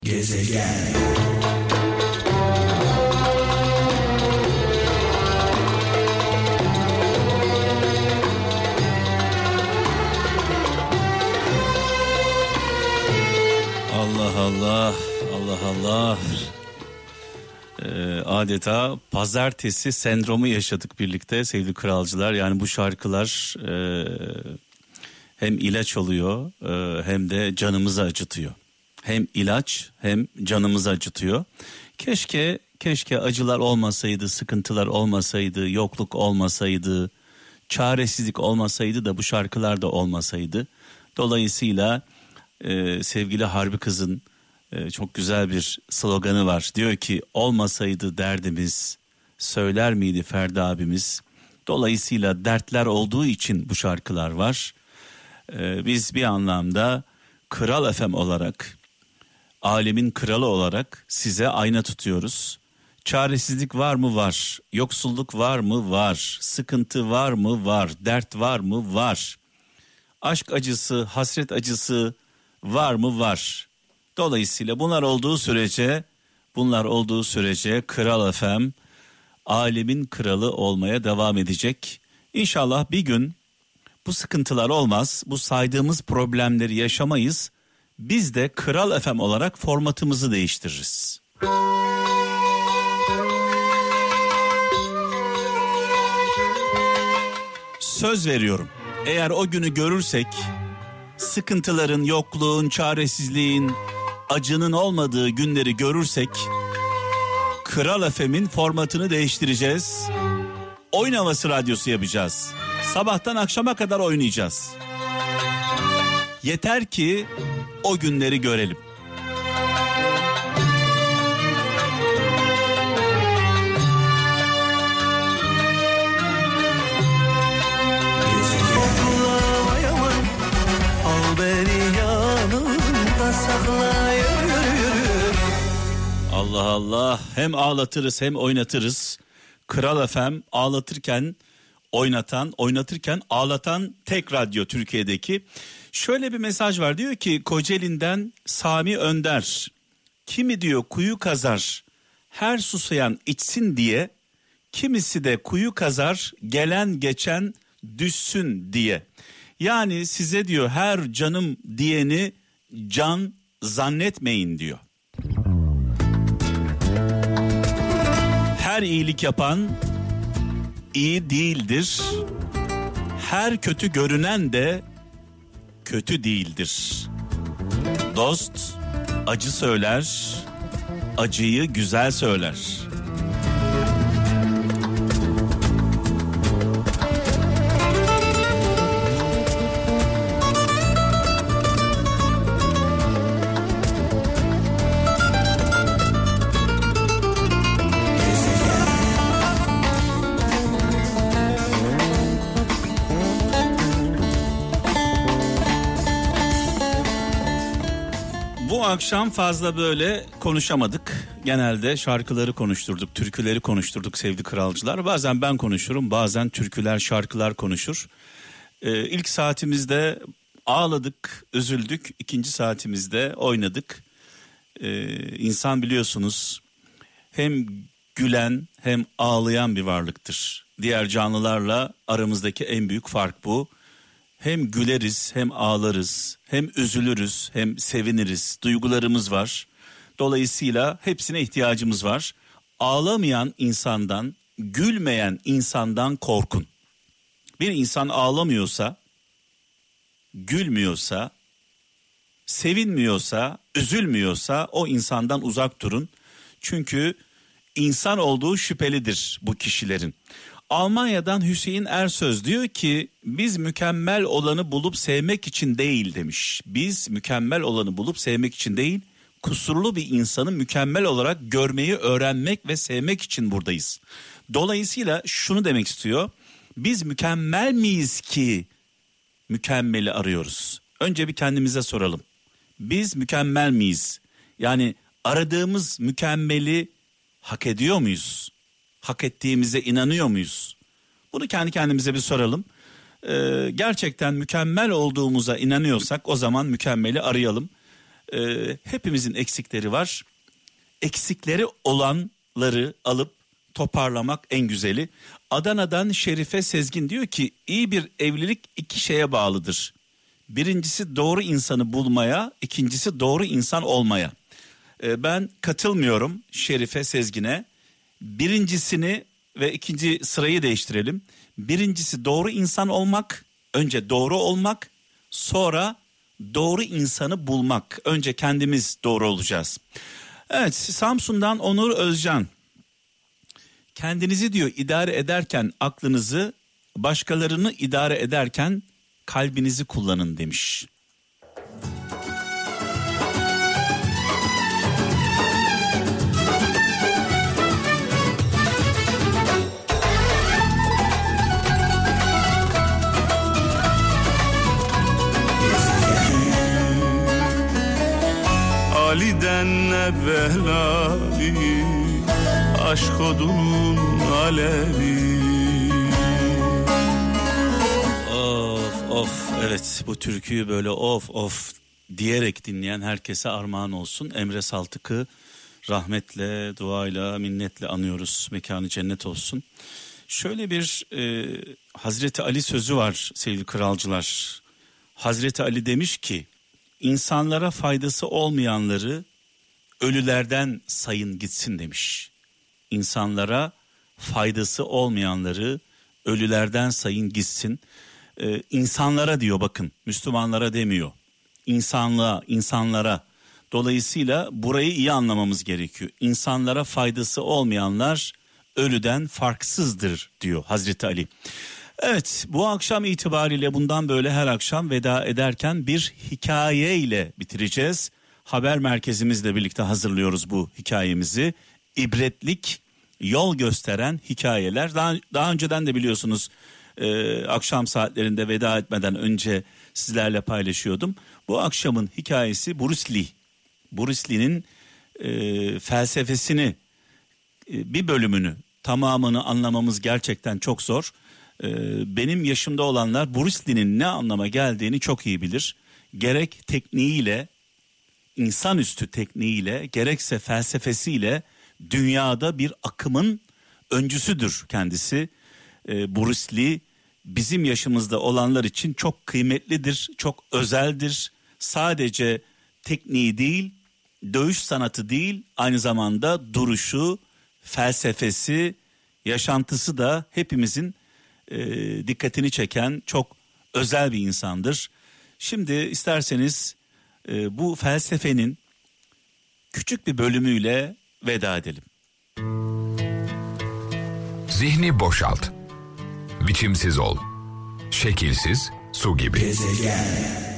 Gezegen. Allah Allah, Allah Allah. Adeta pazartesi sendromu yaşadık birlikte sevgili kralcılar. Yani bu şarkılar hem ilaç oluyor hem de canımızı acıtıyor. Hem ilaç hem canımızı acıtıyor. Keşke acılar olmasaydı, sıkıntılar olmasaydı, yokluk olmasaydı, çaresizlik olmasaydı da bu şarkılar da olmasaydı. Dolayısıyla sevgili Harbi Kız'ın çok güzel bir sloganı var. Diyor ki olmasaydı derdimiz söyler miydi Ferdi abimiz? Dolayısıyla dertler olduğu için bu şarkılar var. Biz bir anlamda Kral FM olarak, alemin kralı olarak size ayna tutuyoruz. Çaresizlik var mı? Var. Yoksulluk var mı? Var. Sıkıntı var mı? Var. Dert var mı? Var. Aşk acısı, hasret acısı var mı? Var. Dolayısıyla bunlar olduğu sürece Kral FM alemin kralı olmaya devam edecek. İnşallah bir gün bu sıkıntılar olmaz, bu saydığımız problemleri yaşamayız. Biz de Kral FM olarak formatımızı değiştiririz. Söz veriyorum. Eğer o günü görürsek, sıkıntıların, yokluğun, çaresizliğin, acının olmadığı günleri görürsek, Kral FM'in formatını değiştireceğiz. Oyun havası radyosu yapacağız. Sabahtan akşama kadar oynayacağız. Yeter ki o günleri görelim. Allah Allah, hem ağlatırız hem oynatırız. Kral FM ağlatırken oynatan, oynatırken ağlatan tek radyo Türkiye'deki. Şöyle bir mesaj var, diyor ki Kocaeli'nden Sami Önder. Kimi diyor kuyu kazar her susayan içsin diye, kimisi de kuyu kazar gelen geçen düşsün diye. Yani size diyor her canım diyeni can zannetmeyin diyor. Her iyilik yapan iyi değildir. Her kötü görünen de kötü değildir. Dost acı söyler, acıyı güzel söyler. Bu akşam fazla böyle konuşamadık. Genelde şarkıları konuşturduk, türküleri konuşturduk sevgili kralcılar. Bazen ben konuşurum, bazen türküler, şarkılar konuşur. İlk saatimizde ağladık, üzüldük. İkinci saatimizde oynadık. İnsan biliyorsunuz hem gülen hem ağlayan bir varlıktır. Diğer canlılarla aramızdaki en büyük fark bu. Hem güleriz hem ağlarız, hem üzülürüz hem seviniriz. Duygularımız var. Dolayısıyla hepsine ihtiyacımız var. Ağlamayan insandan, gülmeyen insandan korkun. Bir insan ağlamıyorsa, gülmüyorsa, sevinmiyorsa, üzülmüyorsa o insandan uzak durun. Çünkü insan olduğu şüphelidir bu kişilerin. Almanya'dan Hüseyin Ersöz diyor ki biz mükemmel olanı bulup sevmek için değil demiş. Biz mükemmel olanı bulup sevmek için değil, kusurlu bir insanı mükemmel olarak görmeyi öğrenmek ve sevmek için buradayız. Dolayısıyla şunu demek istiyor. Biz mükemmel miyiz ki mükemmeli arıyoruz? Önce bir kendimize soralım. Biz mükemmel miyiz? Yani aradığımız mükemmeli hak ediyor muyuz? Hak ettiğimize inanıyor muyuz? Bunu kendi kendimize bir soralım. Gerçekten mükemmel olduğumuza inanıyorsak o zaman mükemmeli arayalım. Hepimizin eksikleri var. Eksikleri olanları alıp toparlamak en güzeli. Adana'dan Şerife Sezgin diyor ki iyi bir evlilik 2 şeye bağlıdır. Birincisi doğru insanı bulmaya, ikincisi doğru insan olmaya. Ben katılmıyorum Şerife Sezgin'e. Birincisini ve ikinci sırayı değiştirelim. Birincisi doğru insan olmak, önce doğru olmak, sonra doğru insanı bulmak. Önce kendimiz doğru olacağız. Evet, Samsun'dan Onur Özcan. Kendinizi diyor idare ederken aklınızı, başkalarını idare ederken kalbinizi kullanın demiş. Ali'den evvel Ali, aşk odunun alevi. Of evet, bu türküyü böyle of diyerek dinleyen herkese armağan olsun. Emre Saltık'ı rahmetle, duayla, minnetle anıyoruz. Mekanı cennet olsun. Şöyle bir Hazreti Ali sözü var sevgili kralcılar. Hazreti Ali demiş ki insanlara faydası olmayanları ölülerden sayın gitsin demiş. İnsanlara faydası olmayanları ölülerden sayın gitsin. İnsanlara diyor, bakın, Müslümanlara demiyor. İnsanlara. Dolayısıyla burayı iyi anlamamız gerekiyor. İnsanlara faydası olmayanlar ölüden farksızdır diyor Hazreti Ali. Evet, bu akşam itibariyle bundan böyle her akşam veda ederken bir hikayeyle bitireceğiz. Haber merkezimizle birlikte hazırlıyoruz bu hikayemizi. İbretlik, yol gösteren hikayeler. Daha önceden de biliyorsunuz akşam saatlerinde veda etmeden önce sizlerle paylaşıyordum. Bu akşamın hikayesi Bruce Lee. Bruce Lee'nin felsefesini, bir bölümünü, tamamını anlamamız gerçekten çok zor. Benim yaşımda olanlar Bruce Lee'nin ne anlama geldiğini çok iyi bilir. Gerek tekniğiyle, insanüstü tekniğiyle, gerekse felsefesiyle dünyada bir akımın öncüsüdür kendisi. Bruce Lee bizim yaşımızda olanlar için çok kıymetlidir, çok özeldir. Sadece tekniği değil, dövüş sanatı değil, aynı zamanda duruşu, felsefesi, yaşantısı da hepimizin dikkatini çeken çok özel bir insandır. Şimdi isterseniz bu felsefenin küçük bir bölümüyle veda edelim. Zihni boşalt. Biçimsiz ol. Şekilsiz su gibi. Gezegen.